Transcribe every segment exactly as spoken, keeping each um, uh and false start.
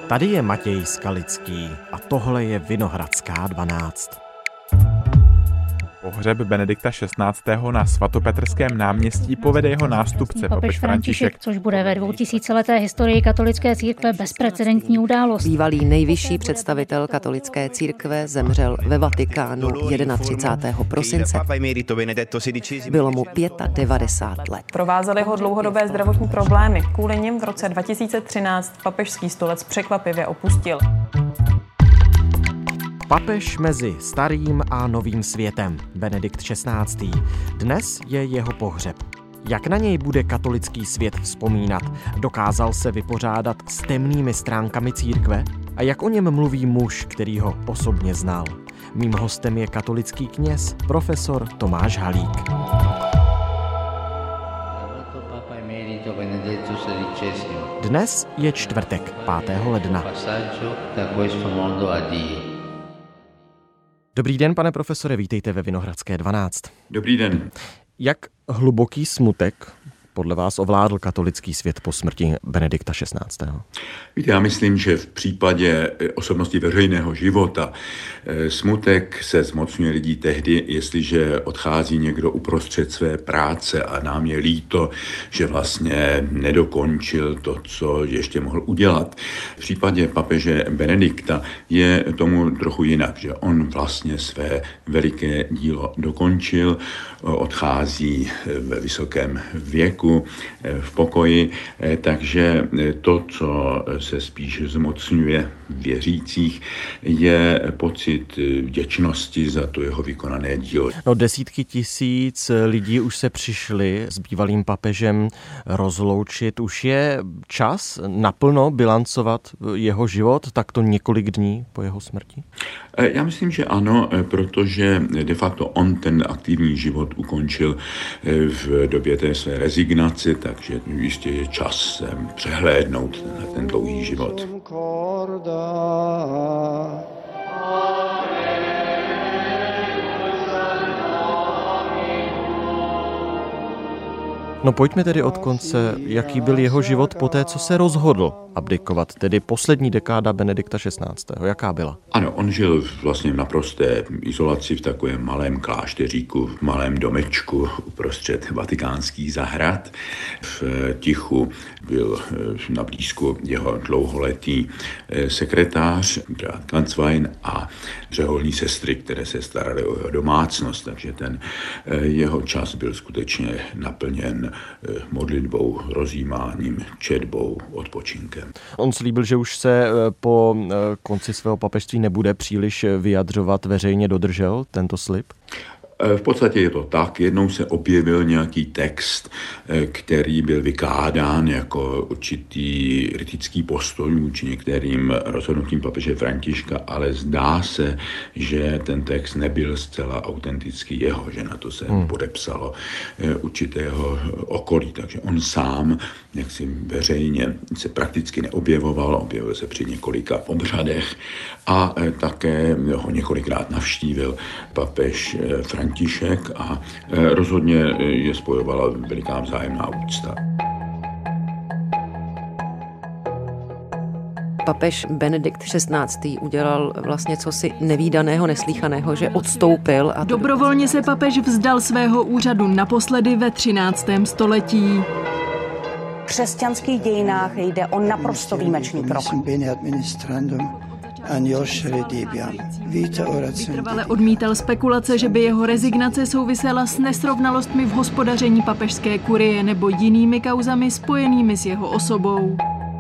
Tady je Matěj Skalický a tohle je Vinohradská dvanáct. Pohřeb Benedikta šestnáctého na svatopetrském náměstí povede jeho nástupce papež František, což bude ve dvoutisícileté historii katolické církve bezprecedentní událost. Bývalý nejvyšší představitel katolické církve zemřel ve Vatikánu třicátého prvního prosince. Bylo mu devadesát pět let. Provázely ho dlouhodobé zdravotní problémy. Kvůli nim v roce dva tisíce třináct papežský stolec překvapivě opustil. Papež mezi starým a novým světem, Benedikt šestnáctý. Dnes je jeho pohřeb. Jak na něj bude katolický svět vzpomínat? Dokázal se vypořádat s temnými stránkami církve? A jak o něm mluví muž, který ho osobně znal? Mým hostem je katolický kněz, profesor Tomáš Halík. Dnes je čtvrtek, pátého ledna. Dobrý den, pane profesore, vítejte ve Vinohradské dvanáct. Dobrý den. Jak hluboký smutek podle vás ovládl katolický svět po smrti Benedikta šestnáctého? Víte, já myslím, že v případě osobnosti veřejného života smutek se zmocňuje lidí tehdy, jestliže odchází někdo uprostřed své práce a nám je líto, že vlastně nedokončil to, co ještě mohl udělat. V případě papeže Benedikta je tomu trochu jinak, že on vlastně své veliké dílo dokončil, odchází ve vysokém věku, v pokoji, takže to, co se spíš zmocňuje věřících, je pocit vděčnosti za to jeho vykonané dílo. No, desítky tisíc lidí už se přišli s bývalým papežem rozloučit. Už je čas naplno bilancovat jeho život takto několik dní po jeho smrti? Já myslím, že ano, protože de facto on ten aktivní život ukončil v době té své rezignace, takže jistě je čas přehlédnout na ten dlouhý život. No pojďme tedy od konce, jaký byl jeho život poté, co se rozhodl abdikovat, tedy poslední dekáda Benedikta šestnáctého. Jaká byla? Ano, on žil vlastně v naprosté izolaci v takovém malém klášteříku, v malém domečku uprostřed vatikánských zahrad. V tichu byl na blízku jeho dlouholetý sekretář, brat Kancwein a řeholní sestry, které se staraly o jeho domácnost, takže ten jeho čas byl skutečně naplněn modlitbou, rozjímáním, četbou, odpočinkem. On slíbil, že už se po konci svého papežství nebude příliš vyjadřovat, veřejně dodržel tento slib? V podstatě je to tak. Jednou se objevil nějaký text, který byl vykládán jako určitý kritický postoj vůči některým rozhodnutím papeže Františka, ale zdá se, že ten text nebyl zcela autentický jeho, že na to se hmm. podepsalo určitého okolí. Takže on sám jaksi veřejně se prakticky neobjevoval, objevil se při několika obřadech a také ho několikrát navštívil papež František. František a rozhodně je spojovala veliká vzájemná úcta. Papež Benedikt šestnáctý udělal vlastně cosi nevídaného, neslýchaného, že odstoupil. A Dobrovolně se papež vzdal svého úřadu naposledy ve třináctém století. V křesťanských dějinách jde o naprosto výjimečný krok. Vytrvale odmítal spekulace, že by jeho rezignace souvisela s nesrovnalostmi v hospodaření papežské kurie nebo jinými kauzami spojenými s jeho osobou.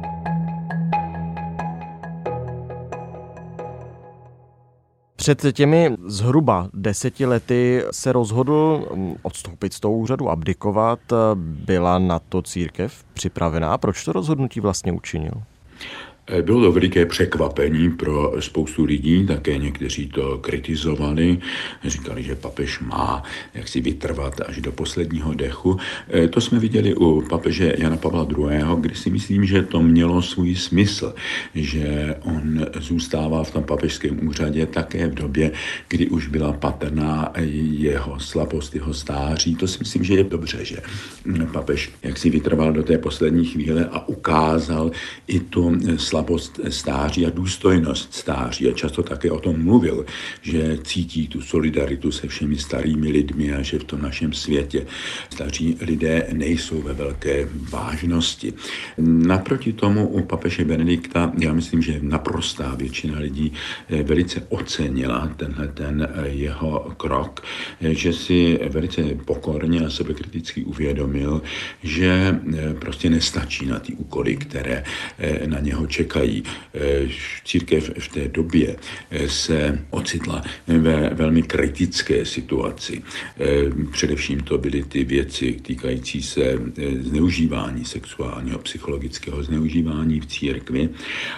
Před těmi zhruba deseti lety se rozhodl odstoupit z toho úřadu, abdikovat. Byla na to církev připravená? Proč to rozhodnutí vlastně učinil? Bylo to veliké překvapení pro spoustu lidí, také někteří to kritizovali, říkali, že papež má jaksi vytrvat až do posledního dechu. To jsme viděli u papeže Jana Pavla druhého., kdy si myslím, že to mělo svůj smysl, že on zůstává v tom papežském úřadě také v době, kdy už byla patrná jeho slabost, jeho stáří. To si myslím, že je dobře, že papež jaksi vytrval do té poslední chvíle a ukázal i tu slabost slabost stáří a důstojnost stáří a často také o tom mluvil, že cítí tu solidaritu se všemi starými lidmi a že v tom našem světě staří lidé nejsou ve velké vážnosti. Naproti tomu u papeže Benedikta, já myslím, že naprostá většina lidí velice ocenila tenhle ten jeho krok, že si velice pokorně a sebekriticky uvědomil, že prostě nestačí na ty úkoly, které na něho čekají. Církev v té době se ocitla ve velmi kritické situaci. Především to byly ty věci týkající se zneužívání sexuálního, psychologického zneužívání v církvi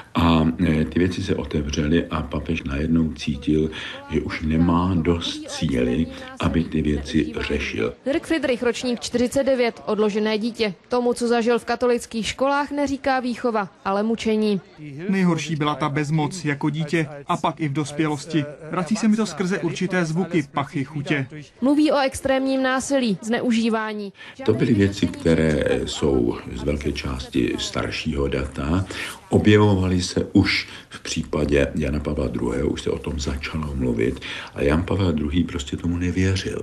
a ty věci se otevřely a papež najednou cítil, že už nemá dost síly, aby ty věci řešil. Dirk Friedrich, ročník čtyřicet devět, odložené dítě. Tomu, co zažil v katolických školách, neříká výchova, ale mučení. Nejhorší byla ta bezmoc jako dítě a pak i v dospělosti. Vrací se mi to skrze určité zvuky, pachy, chutě. Mluví o extrémním násilí, zneužívání. To byly věci, které jsou z velké části staršího data. Objevovaly se už v případě Jana Pavla druhého., už se o tom začalo mluvit a Jan Pavel druhý. prostě tomu nevěřil.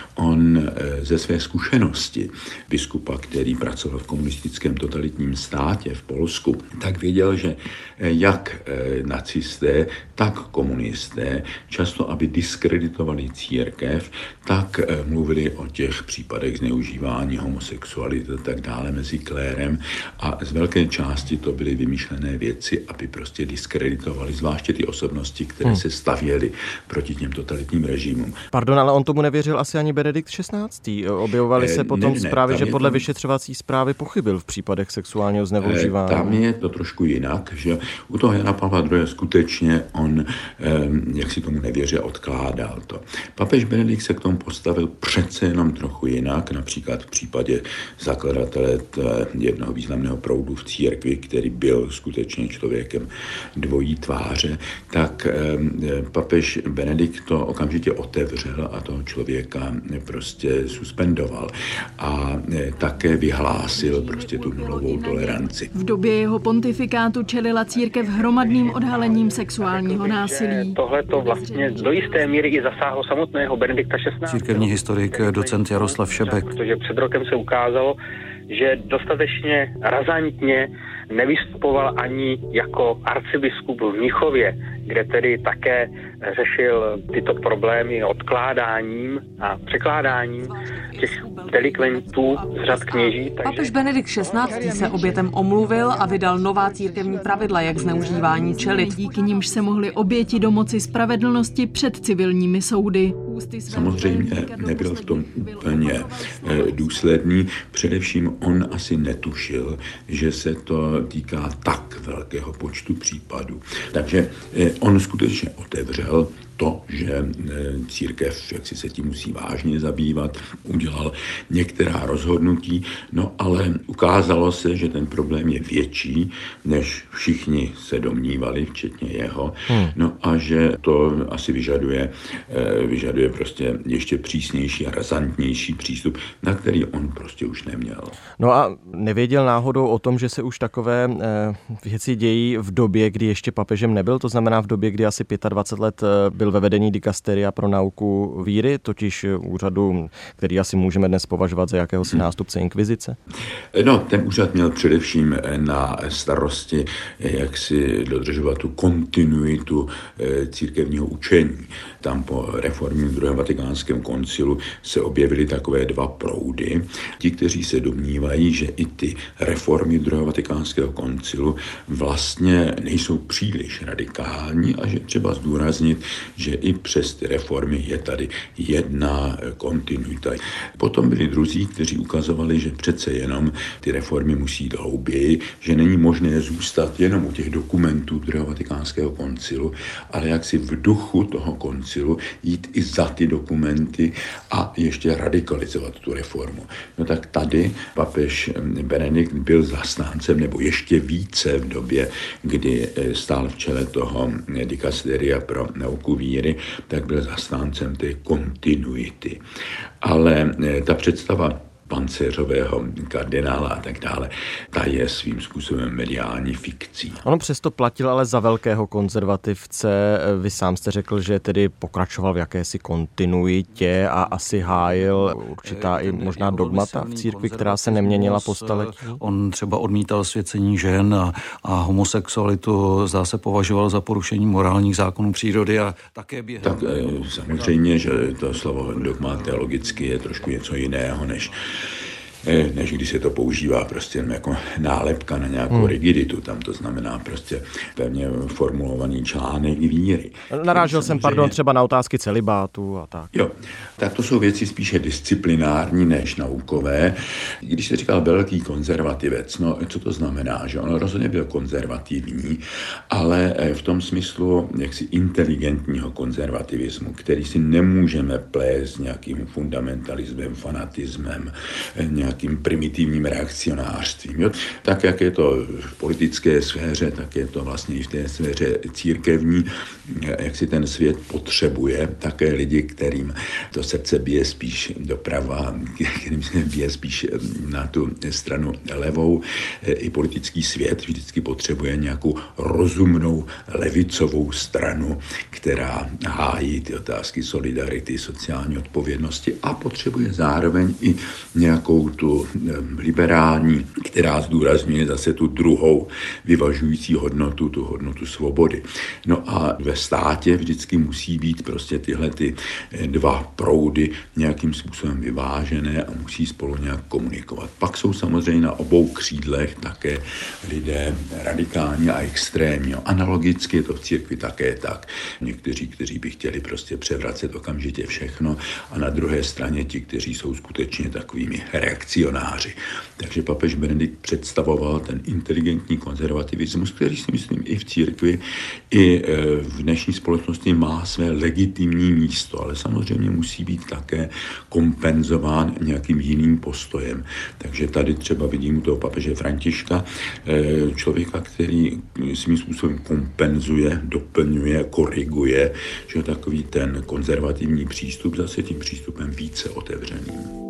On ze své zkušenosti biskupa, který pracoval v komunistickém totalitním státě v Polsku, tak věděl, že jak nacisté, tak komunisté často, aby diskreditovali církev, tak mluvili o těch případech zneužívání, homosexuality a tak dále mezi klérem a z velké části to byly vymyšlené věci, aby prostě diskreditovali zvláště ty osobnosti, které hmm. se stavěly proti těm totalitním režimům. Pardon, ale on tomu nevěřil asi ani Benedikt šestnáctý. Objevovaly se potom ne, ne, zprávy, že podle to... vyšetřovací zprávy pochybil v případech sexuálního zneužívání. Tam je to trošku jinak, že u toho Jana Pavla druhého. skutečně on, jak si tomu nevěřil, odkládal to. Papež Benedikt se k tomu postavil přece jenom trochu jinak, například v případě zakladatele jednoho významného proudu v církvi, který byl skutečně člověkem dvojí tváře, tak papež Benedikt to okamžitě otevřel a toho člověka prostě suspendoval a také vyhlásil prostě tu nulovou toleranci. V době jeho pontifikátu čelila církev hromadným odhalením sexuálního násilí. Tohle to vlastně do jisté míry i zasáhlo samotného Benedikta šestnáctého. Církevní historik docent Jaroslav Šebek. Protože před rokem se ukázalo, že dostatečně razantně nevystupoval ani jako arcibiskup v Mnichově, kde tedy také řešil tyto problémy odkládáním a překládáním těch delikventů z řad kněží. Takže... Papež Benedikt šestnáctý. se obětem omluvil a vydal nová církevní pravidla, jak zneužívání čelit. Díky nimž se mohly oběti domoci spravedlnosti před civilními soudy. Samozřejmě nebyl v tom úplně důsledný. Především on asi netušil, že se to týká tak velkého počtu případů. Takže on skutečně otevřel to, že církev, jak si se tím musí vážně zabývat, udělal některá rozhodnutí, no ale ukázalo se, že ten problém je větší, než všichni se domnívali, včetně jeho, hmm. no a že to asi vyžaduje, vyžaduje prostě ještě přísnější a razantnější přístup, na který on prostě už neměl. No a nevěděl náhodou o tom, že se už takové věci dějí v době, kdy ještě papežem nebyl, to znamená v době, kdy asi dvacet pět let byl ve vedení dikasteria pro nauku víry, totiž úřadu, který asi můžeme dnes považovat za jakéhosi nástupce inkvizice? No, ten úřad měl především na starosti, jak si dodržovat tu kontinuitu církevního učení. Tam po reformě v druhém vatikánském koncilu se objevily takové dva proudy. Ti, kteří se domnívají, že i ty reformy druhého vatikánského koncilu vlastně nejsou příliš radikální a že třeba zdůraznit, že i přes ty reformy je tady jedna kontinuita. Potom byli druzí, kteří ukazovali, že přece jenom ty reformy musí jít hlouběji, že není možné zůstat jenom u těch dokumentů druhého vatikánského koncilu, ale jak si v duchu toho koncilu jít i za ty dokumenty a ještě radikalizovat tu reformu. No tak tady papež Benedikt byl zastáncem, nebo ještě více v době, kdy stál v čele toho dikasteria pro nauku víry, tak byl zastáncem té kontinuity. Ale ta představa pancéřového kardinála a tak dále, ta je svým způsobem mediální fikcí. Ono přesto platil ale za velkého konzervativce. Vy sám jste řekl, že tedy pokračoval v jakési kontinuitě a asi hájil určitá i možná dogmata v církvi, která se neměnila po staletí. On třeba odmítal svěcení žen a, a homosexualitu zdá se považoval za porušení morálních zákonů přírody a také během... Tak samozřejmě, že to slovo dogma teologicky je trošku něco jiného, než než když se to používá prostě jako nálepka na nějakou hmm. rigiditu. Tam to znamená prostě pevně formulovaný článek víry. Narážel jsem, pardon, třeba na otázky celibátu a tak. Jo, tak to jsou věci spíše disciplinární než naukové. Když se říkal velký konzervativec, no co to znamená? Že on rozhodně byl konzervativní, ale v tom smyslu jaksi inteligentního konzervativismu, který si nemůžeme plést nějakým fundamentalismem, fanatismem, nějakým primitivním reakcionářstvím. Jo? Tak, jak je to v politické sféře, tak je to vlastně i v té sféře církevní, jak si ten svět potřebuje také lidi, kterým to srdce bije spíš doprava, kterým se bije spíš na tu stranu levou. I politický svět vždycky potřebuje nějakou rozumnou levicovou stranu, která hájí ty otázky solidarity, sociální odpovědnosti a potřebuje zároveň i nějakou tu liberální, která zdůrazňuje zase tu druhou vyvažující hodnotu, tu hodnotu svobody. No a ve státě vždycky musí být prostě tyhle ty dva proudy nějakým způsobem vyvážené a musí spolu nějak komunikovat. Pak jsou samozřejmě na obou křídlech také lidé radikální a extrémní. Analogicky je to v církvi také tak. Někteří, kteří by chtěli prostě převracet okamžitě všechno a na druhé straně ti, kteří jsou skutečně takovými reakcionáři. Takže papež Benedikt představoval ten inteligentní konzervativismus, který si myslím i v církvi, i v dnešní společnosti má své legitimní místo, ale samozřejmě musí být také kompenzován nějakým jiným postojem. Takže tady třeba vidím toho papeže Františka, člověka, který svým způsobem kompenzuje, doplňuje, koriguje, že takový ten konzervativní přístup zase tím přístupem více otevřeným.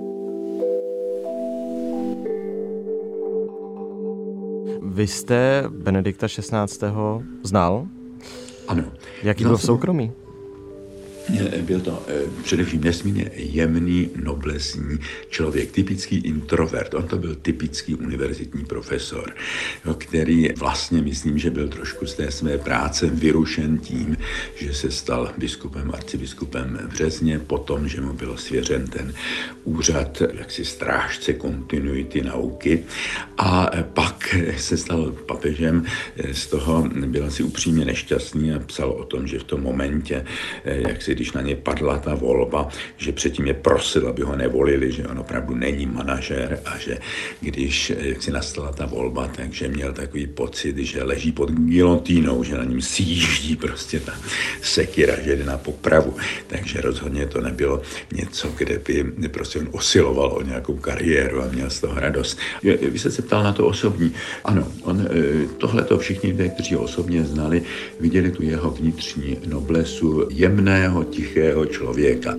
Vy jste Benedikta šestnáctého znal? Ano. Jaký byl v soukromí? Byl to eh, především nesmírně jemný, noblesní člověk, typický introvert. On to byl typický univerzitní profesor, jo, který vlastně myslím, že byl trošku z té své práce vyrušen tím, že se stal biskupem, arcibiskupem v Březně, potom, že mu byl svěřen ten úřad jaksi strážce kontinuity nauky a pak se stal papežem. Z toho byl asi upřímně nešťastný a psal o tom, že v tom momentě, jak si když na ně padla ta volba, že předtím je prosil, aby ho nevolili, že on opravdu není manažer a že když jak si nastala ta volba, takže měl takový pocit, že leží pod gilotínou, že na ním sjíždí prostě ta sekira, že jde na popravu. Takže rozhodně to nebylo něco, kde by prostě on osiloval o nějakou kariéru a měl z toho radost. Vy jste se ptal na to osobní. Ano, on, tohleto všichni lidé, kteří ho osobně znali, viděli tu jeho vnitřní noblesu, jemného, tichého člověka.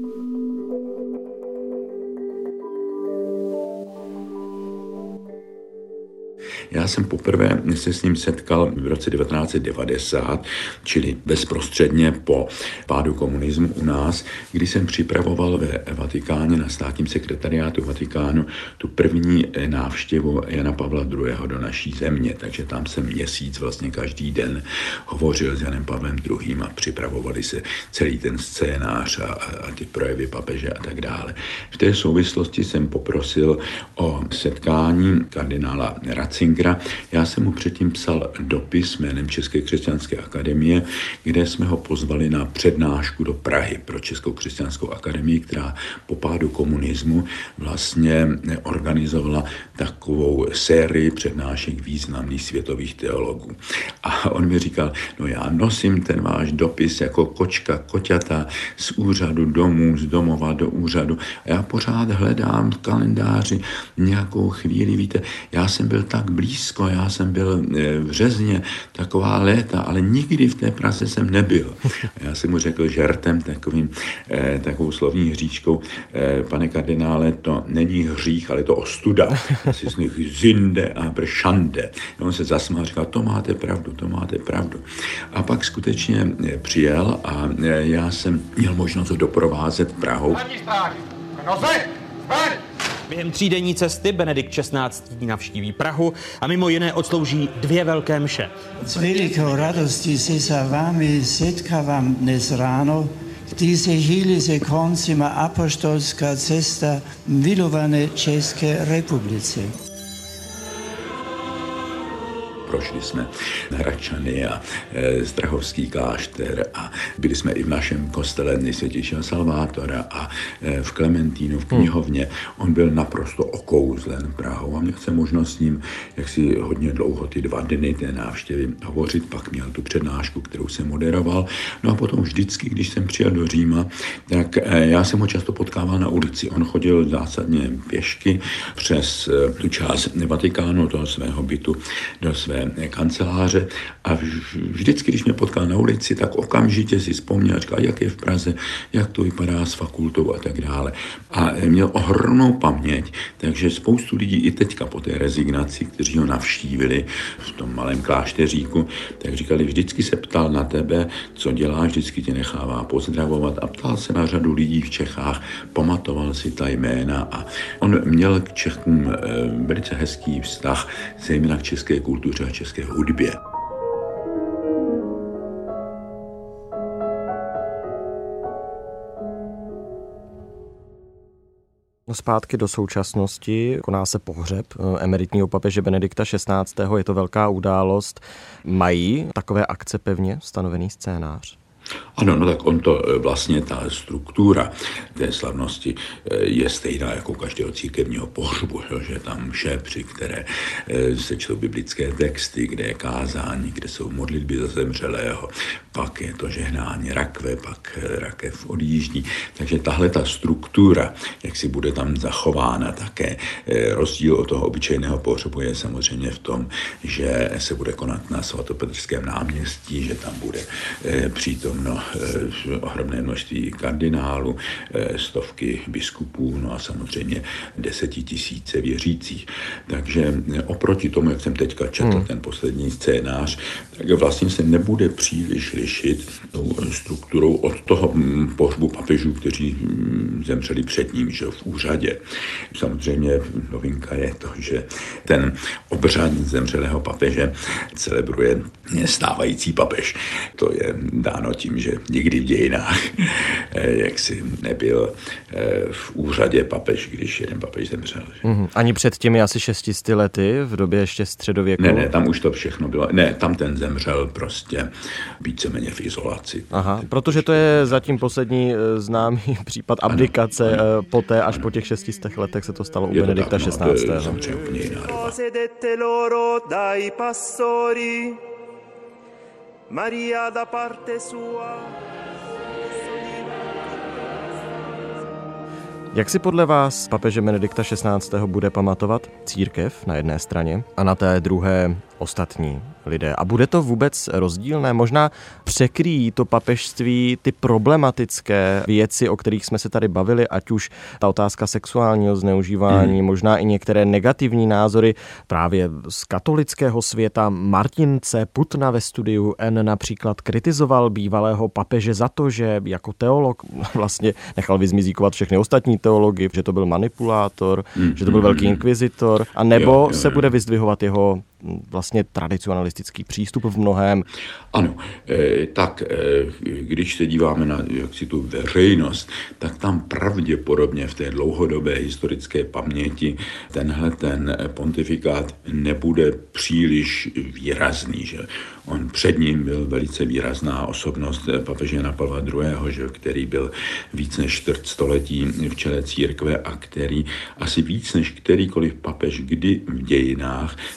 Já jsem poprvé se s ním setkal v roce devatenáct set devadesát, čili bezprostředně po pádu komunismu u nás, kdy jsem připravoval ve Vatikáně na státním sekretariátu Vatikánu tu první návštěvu Jana Pavla druhého. do naší země, takže tam jsem měsíc vlastně každý den hovořil s Janem Pavlem druhým. a připravovali se celý ten scénář a, a ty projevy papeže a tak dále. V té souvislosti jsem poprosil o setkání kardinála Ratzingera. Já jsem mu předtím psal dopis jménem České křesťanské akademie, kde jsme ho pozvali na přednášku do Prahy pro Českou křesťanskou akademii, která po pádu komunismu vlastně organizovala takovou sérii přednášek významných světových teologů. A on mi říkal, no já nosím ten váš dopis jako kočka koťata z úřadu domů, z domova do úřadu. A já pořád hledám v kalendáři nějakou chvíli, víte, já jsem byl tak blízko blízko, já jsem byl v Řezně taková léta, ale nikdy v té Praze jsem nebyl. Já jsem mu řekl žertem takovým, takovou slovní hříčkou, pane kardinále, to není hřích, ale to ostuda. Asi z nich zinde a bršande. On se zasmál a říkal, to máte pravdu, to máte pravdu. A pak skutečně přijel a já jsem měl možnost ho doprovázet Prahou. Během třídenní cesty Benedikt šestnáctý navštíví Prahu a mimo jiné odslouží dvě velké mše. S velikou radostí se s vámi setkávám dnes ráno, když se chýli se koncima apoštolská cesta milované České republice. Prošli jsme Hradčany a e, Strahovský klášter a byli jsme i v našem kostele Nejsvětějšího Salvátora a e, v Klementínu, v knihovně. Hmm. On byl naprosto okouzlen Prahou a měl jsem možnost s ním, jak si hodně dlouho, ty dva dny té návštěvy hovořit, pak měl tu přednášku, kterou jsem moderoval. No a potom vždycky, když jsem přijel do Říma, tak e, já jsem ho často potkával na ulici. On chodil zásadně pěšky přes e, tu část Vatikánu, toho svého bytu, do své kanceláře a vždycky, když mě potkal na ulici, tak okamžitě si vzpomněl a říkal, jak je v Praze, jak to vypadá s fakultou a tak dále. A měl ohromnou paměť, takže spoustu lidí i teďka po té rezignaci, kteří ho navštívili v tom malém klášteříku, tak říkali, vždycky se ptal na tebe, co děláš, vždycky tě nechává pozdravovat a ptal se na řadu lidí v Čechách, pamatoval si ta jména a on měl k Čechům velice hezký vztah, zejména k české kultuře a české hudbě. Zpátky do současnosti, koná se pohřeb emeritního papeže Benedikta šestnáctého. Je to velká událost. Mají takové akce pevně stanovený scénář? Ano, no tak on to vlastně, ta struktura té slavnosti je stejná jako každého církevního pohřbu, že tam mše, při které se čtou biblické texty, kde je kázání, kde jsou modlitby za zemřelého, pak je to žehnání rakve, pak rakev odjíždí. Takže tahle ta struktura, jak si bude tam zachována také, rozdíl od toho obyčejného pohřbu je samozřejmě v tom, že se bude konat na svatopetrském náměstí, že tam bude přítomno ohromné množství kardinálů, stovky biskupů, no a samozřejmě desetitisíce věřících. Takže oproti tomu, jak jsem teďka četl hmm. ten poslední scénář, tak vlastně se nebude příliš lišit tou strukturou od toho pohřbu papežů, kteří zemřeli před ním, že v úřadě. Samozřejmě novinka je to, že ten obřad zemřelého papeže celebruje stávající papež. To je dáno tím, že nikdy v dějinách jaksi nebyl v úřadě papež, když jeden papež zemřel. Mm, ani před těmi asi šestisty lety, v době ještě středověku? Ne, ne, tam už to všechno bylo. Ne, tam ten zemřel prostě víceméně v izolaci. Aha, protože to je zatím poslední známý případ abdikace, ano, ano. Poté až po těch šestistech letech se to stalo u Benedikta šestnáctého. Zemřel úplně jiná doba. Maria da parte sua. Jak si podle vás papeže Benedikta šestnáctého bude pamatovat církev na jedné straně a na té druhé ostatní lidé? A bude to vůbec rozdílné? Možná překrýjí to papežství ty problematické věci, o kterých jsme se tady bavili, ať už ta otázka sexuálního zneužívání, hmm. možná i některé negativní názory právě z katolického světa. Martin C. Putna ve studiu N například kritizoval bývalého papeže za to, že jako teolog vlastně nechal vyzmizíkovat všechny ostatní teology, že to byl manipulátor, hmm. že to byl velký inkvizitor, a nebo jo, jo, jo. se bude vyzdvihovat jeho vlastně tradicionalistický přístup v mnohém. Ano, eh, tak eh, když se díváme na jaksi tu veřejnost, tak tam pravděpodobně v té dlouhodobé historické paměti tenhle ten pontifikát nebude příliš výrazný, že on před ním byl velice výrazná osobnost papeže Jana Pavla druhého., že, který byl víc než čtvrt století v čele církve a který asi víc než kterýkoliv papež kdy v dějinách zasáhl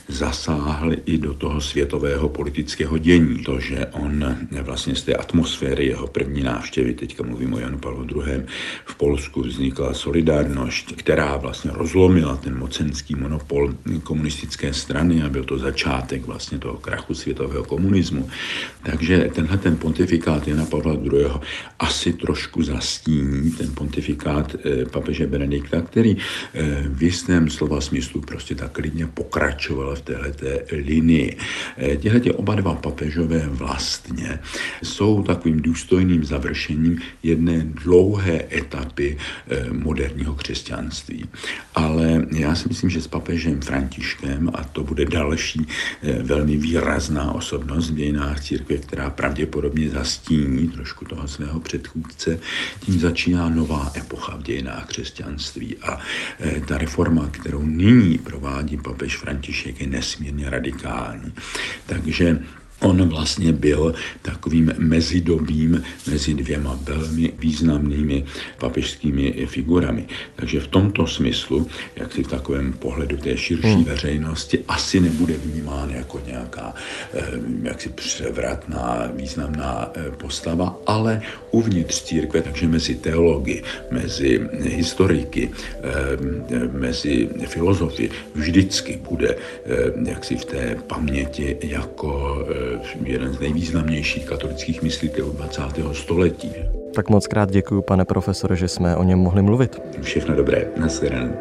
zasáhl i do toho světového politického dění. To, že on vlastně z té atmosféry jeho první návštěvy, teďka mluvím o Janu Pavlu druhém, v Polsku vznikla Solidarność, která vlastně rozlomila ten mocenský monopol komunistické strany a byl to začátek vlastně toho krachu světového komunismu. Takže tenhle ten pontifikát Jana Pavla druhého. asi trošku zastíní ten pontifikát papeže Benedikta, který v jistém slova smyslu prostě tak klidně pokračoval v téhleté linii. Těhleté oba dva papežové vlastně jsou takovým důstojným završením jedné dlouhé etapy moderního křesťanství. Ale já si myslím, že s papežem Františkem, a to bude další velmi výrazná osobnost v dějinách církve, která pravděpodobně zastíní trošku toho svého předchůdce, tím začíná nová epocha v dějinách křesťanství. A ta reforma, kterou nyní provádí papež František, je nesmírně radikální. Takže on vlastně byl takovým mezidobím mezi dvěma velmi významnými papežskými figurami. Takže v tomto smyslu, jak si v takovém pohledu té širší hmm. veřejnosti, asi nebude vnímán jako nějaká jaksi převratná, významná postava, ale uvnitř církve, takže mezi teology, mezi historiky, mezi filozofy vždycky bude jaksi v té paměti jako jeden z nejvýznamnějších katolických myslitelů dvacátého století. Tak moc krát děkuji, pane profesore, že jsme o něm mohli mluvit. Všechno dobré. Nashledanou.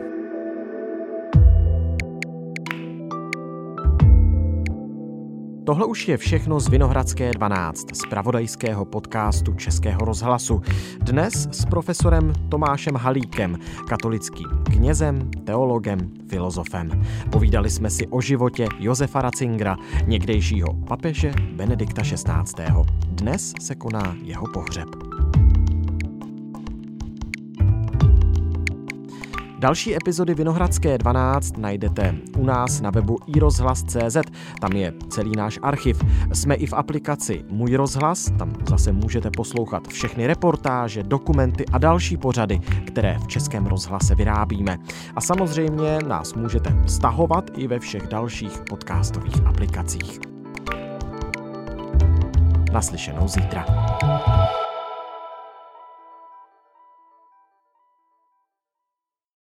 Tohle už je všechno z Vinohradské dvanáct, z zpravodajského podcastu Českého rozhlasu. Dnes s profesorem Tomášem Halíkem, katolickým knězem, teologem, filozofem. Povídali jsme si o životě Josefa Ratzingera, někdejšího papeže Benedikta šestnáctého. Dnes se koná jeho pohřeb. Další epizody Vinohradské dvanáct najdete u nás na webu i rozhlas tečka cé zet, tam je celý náš archiv. Jsme i v aplikaci Můj rozhlas, tam zase můžete poslouchat všechny reportáže, dokumenty a další pořady, které v Českém rozhlase vyrábíme. A samozřejmě nás můžete stahovat i ve všech dalších podcastových aplikacích. Naslyšenou zítra.